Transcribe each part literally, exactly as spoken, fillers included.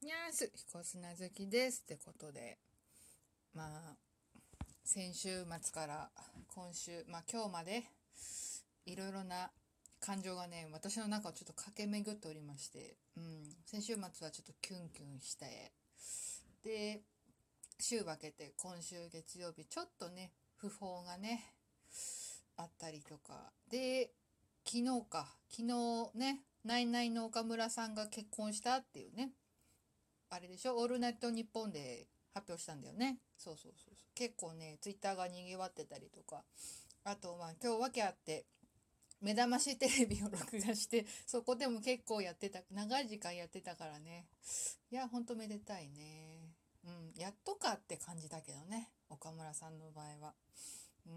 にゃーす、彦砂好きですってことで、まあ、先週末から今週、まあ今日まで、いろいろな感情がね、私の中をちょっと駆け巡っておりまして、うん、先週末はちょっとキュンキュンして、で、週明けて今週月曜日、ちょっとね、訃報がね、あったりとか、で、昨日か、昨日ね、ナイナイの岡村さんが結婚したっていうね、あれでしょ、オールナイトニッポンで発表したんだよね。そうそうそうそう。結構ね、ツイッターが賑わってたりとか、あと、まあ、今日訳あって、目覚ましテレビを録画して、そこでも結構やってた、長い時間やってたからね。いや、ほんとめでたいね。うん、やっとかって感じだけどね、岡村さんの場合は。うん。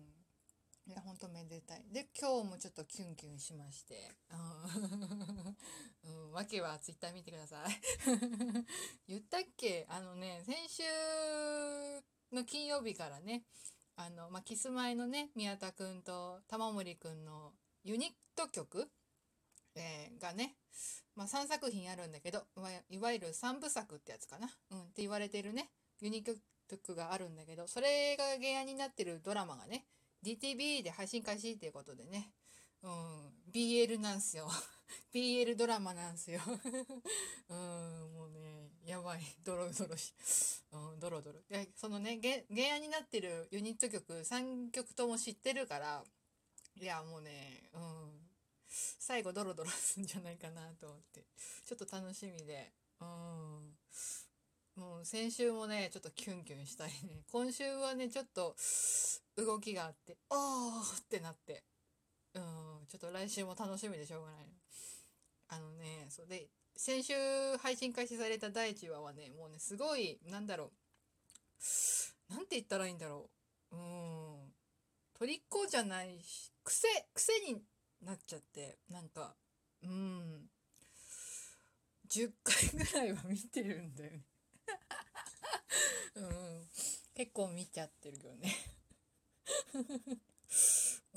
いや、ほんとめでたい。で、今日もちょっとキュンキュンしまして。うん、うん、わけはツイッター見てください。言ったっけ、あのね、先週の金曜日からね、あの、まあ、キスマイのね、宮田くんと玉森くんのユニット曲、えーがね、まあ、さんさく品あるんだけど、いわいわゆるさんぶさくってやつかな、うん、って言われてるね、ユニット曲があるんだけど、それが原案になってるドラマがね、ディーティービー で配信開始っていうことでね、うん、ビーエル なんすよ。ビーエル ドラマなんすよ。うん、もうね、やばい。ドロドロし、うん、ドロドロ。で、そのね、原原案になってるユニット曲さんきょくとも知ってるから、いや、もうね、うん、最後ドロドロするんじゃないかなと思って、ちょっと楽しみで、うん、もう先週もね、ちょっとキュンキュンしたりね、今週はね、ちょっと動きがあって、あーってなって、うん、ちょっと来週も楽しみでしょうがない。あのね、そうで、先週配信開始されただいいちわはね、もうね、すごい、なんだろう、なんて言ったらいいんだろう。うーん、虜じゃないし、癖、癖になっちゃって、なんか、うん、じゅっかいぐらいは見てるんだよね。うん、結構見ちゃってるよね。うん。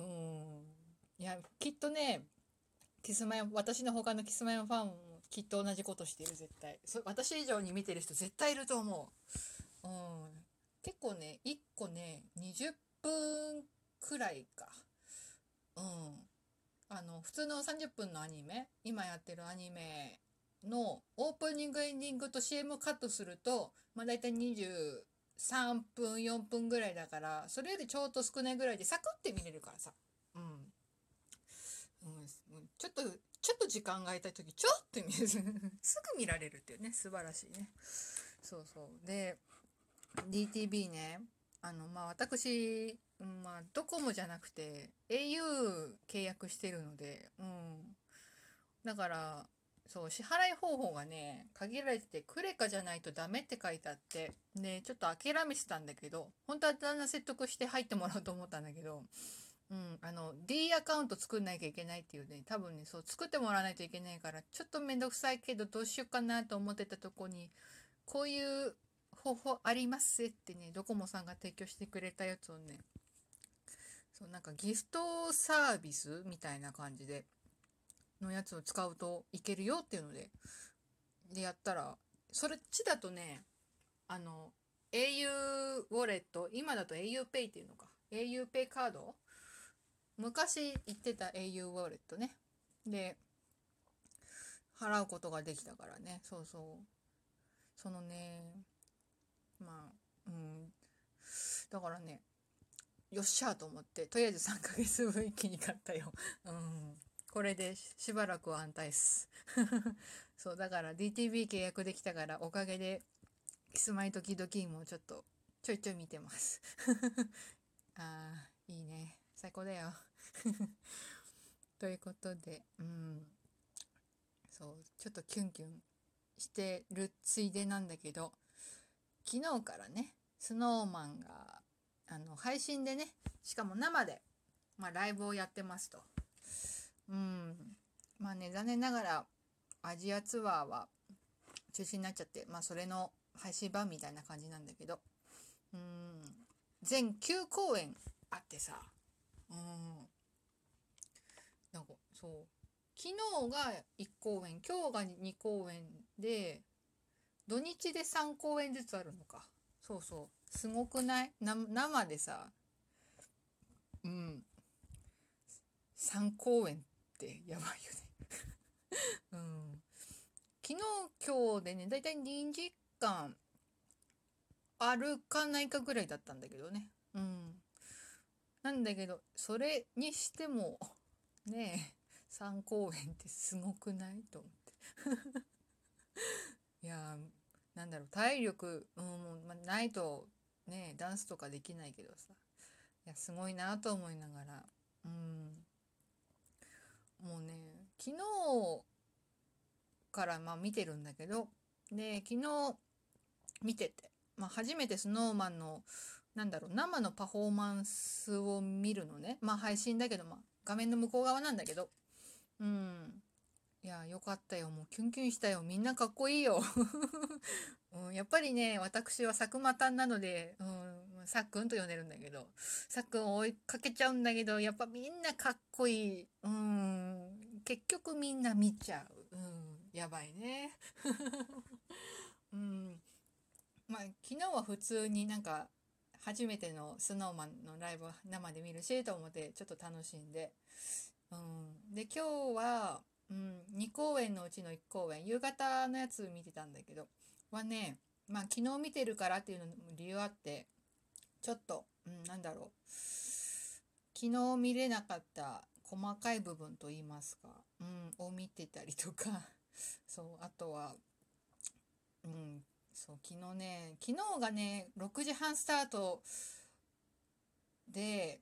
いや、きっとね、キスマイ、私の他のキスマイのファンもきっと同じことしてる、絶対。そ私以上に見てる人絶対いると思う。うん。結構ね、いっこね、にじゅっぷんくらいか。うん。あの、普通のさんじゅっぷんのアニメ、今やってるアニメのオープニング、エンディングと シーエム カットすると、まあ大体にじゅうさんぷん、よんぷんぐらいだから、それよりちょっと少ないぐらいでサクって見れるからさ。うん。うん、ちょっと、ちょっと時間が空いた時、ちょっと見る。すぐ見られるっていうね、素晴らしいね。そうそう。で、ディーティービー ね、あの、まあ、私、うんまあ、ドコモじゃなくて、au 契約してるので、うん。だから、そう、支払い方法がね、限られてて、クレカじゃないとダメって書いてあって、で、ちょっと諦めてたんだけど、本当は旦那説得して入ってもらおうと思ったんだけど、うん、あの、D アカウント作んなきゃいけないっていうね、多分ね、そう、作ってもらわないといけないから、ちょっとめんどくさいけど、どうしようかなと思ってたとこに、こういう方法ありますってね、ドコモさんが提供してくれたやつをね、そう、なんかギフトサービスみたいな感じで、のやつを使うといけるよっていうので、で、やったら、それっちだとね、あの、au ウォレット、今だと au Pay っていうのか、au Pay カード、昔言ってた au ウォレットね。で、払うことができたからね。そうそう。そのね、まあ、うん。だからね、よっしゃーと思って、とりあえずさんかげつぶん一気に買ったよ。うん。これでしばらくは安泰っす。そう、だから ディーティービー 契約できたから、おかげで、キスマイ時々もちょっと、ちょいちょい見てます。ああ、いいね。最高だよ。ということで、うん。そう、ちょっとキュンキュンしてるついでなんだけど、昨日からね、スノーマンが、あの、配信でね、しかも生で、まあ、ライブをやってますと。うん。まあね、残念ながら、アジアツアーは中止になっちゃって、まあ、それの配信版みたいな感じなんだけど、うん。全きゅうこうえんあってさ、うん。なんか、そう。昨日がいっこうえん、今日がにこうえんで、 土日でさん公演ずつあるのか。そうそう。すごくないな生でさ、うん。さん公演ってやばいよね。うん。昨日、今日でね、だいたいにじかんあるかないかぐらいだったんだけどね。うん。なんだけど、それにしても、ねえ、さん公演ってすごくないと思って。いやー、なんだろう、体力、うん、まあないと、ね、ダンスとかできないけどさ。いや、すごいなと思いながら。うん。もうね、昨日からまあ見てるんだけど、で、昨日見てて、まあ初めてスノーマンの、なんだろう、生のパフォーマンスを見るのね。まあ配信だけど、まあ画面の向こう側なんだけど。うん。いや、よかったよ。もうキュンキュンしたよ。みんなかっこいいよ。うん、やっぱりね、私は佐久間たんなので、うん、さっくんと呼んでるんだけど、さっくんを追いかけちゃうんだけど、やっぱみんなかっこいい。うん、結局みんな見ちゃう。うん、やばいね。うん、まあ、昨日は普通になんか、初めてのスノーマンのライブを生で見るしと思ってちょっと楽しんで、うん、で今日は、うん、に公演のうちのいち公演夕方のやつ見てたんだけどはね、まあ昨日見てるからっていうのも理由あってちょっと、うん、なんだろう、昨日見れなかった細かい部分といいますか、うん、を見てたりとかそうあとは、うん、そう昨日ね昨日がねろくじはんスタートで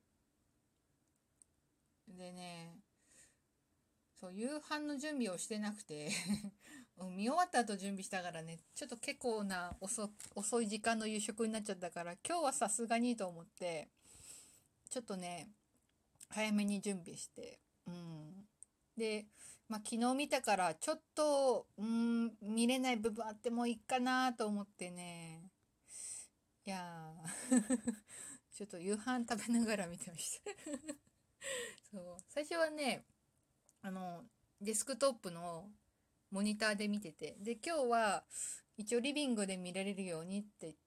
でねそう夕飯の準備をしてなくてうん見終わった後準備したからねちょっと結構な遅遅い時間の夕食になっちゃったから今日はさすがにと思ってちょっとね早めに準備して、うん、で、まあ、昨日見たからちょっと、うん、見れない部分あってもいいかなと思ってね、いやーちょっと夕飯食べながら見てましたそう最初はねあのデスクトップのモニターで見ててで今日は一応リビングで見られるようにって言って、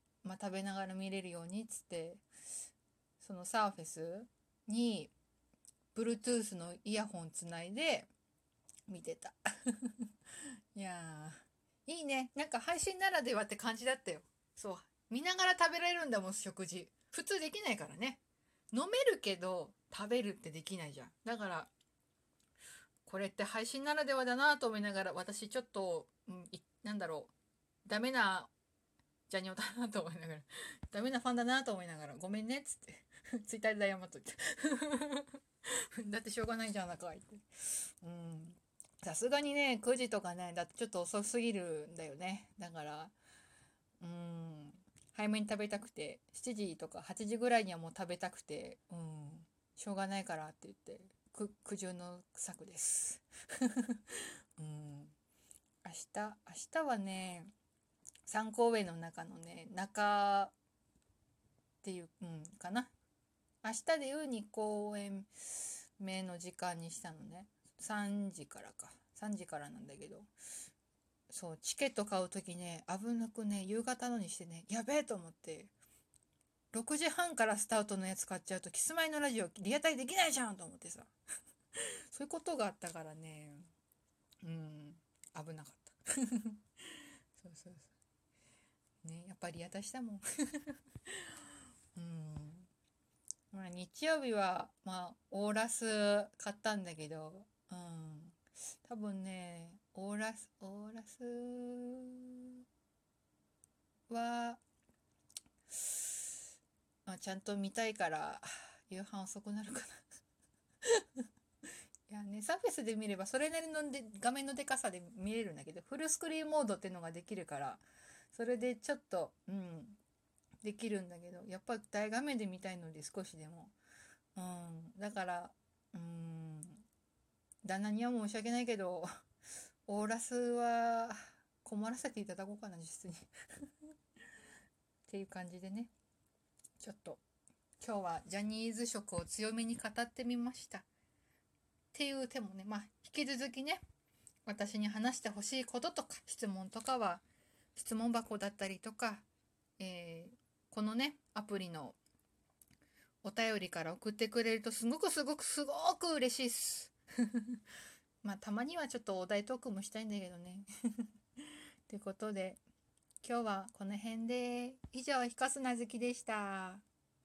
まあ、食べながら見れるようにっつってそのサーフェスに Bluetooth のイヤホンつないで見てたいやーいいね、なんか配信ならではって感じだったよ。そう見ながら食べられるんだもん食事普通できないからね。飲めるけど食べるってできないじゃん。だからこれって配信ならではだなと思いながら私ちょっと、うん、なんだろうダメなジャニオだなと思いながらダメなファンだなと思いながらごめんねっつってツイッターで謝っといてだってしょうがないじゃん中いってうんさすがにねくじとかねだってちょっと遅すぎるんだよね。だからうん早めに食べたくてしちじとかはちじぐらいにはもう食べたくてうんしょうがないからって言ってく苦渋の策ですうん明日明日はねさん公演の中のね中っていう、うん、かな。明日でいうに公演目の時間にしたのね。さんじからか。さんじからなんだけど。そう、チケット買うときね、危なくね、夕方のにしてね、やべえと思って、ろくじはんからスタートのやつ買っちゃうと、キスマイのラジオリアタイできないじゃんと思ってさ。そういうことがあったからね、うん、危なかった。そうそうそう。ね、やっぱりリアタイしたもん。うん。まあ、日曜日は、まあ、オーラス買ったんだけど、うん。多分ね、オーラス、オーラスは、まあ、ちゃんと見たいから、夕飯遅くなるかな。いやね、サーフェスで見ればそれなりので画面のでかさで見れるんだけど、フルスクリーンモードっていうのができるから、それでちょっと、うん、できるんだけど、やっぱ大画面で見たいので少しでも。うん、だから、うん、旦那には申し訳ないけど、オーラスは困らせていただこうかな、実質にっていう感じでね、ちょっと今日はジャニーズ色を強めに語ってみました。っていう手もね、まあ引き続きね、私に話してほしいこととか質問とかは質問箱だったりとか、えーこのねアプリのお便りから送ってくれるとすごくすごくすごく嬉しいっす。まあたまにはちょっとお題トークもしたいんだけどね。ということで今日はこの辺で以上、ひかすなずきでした。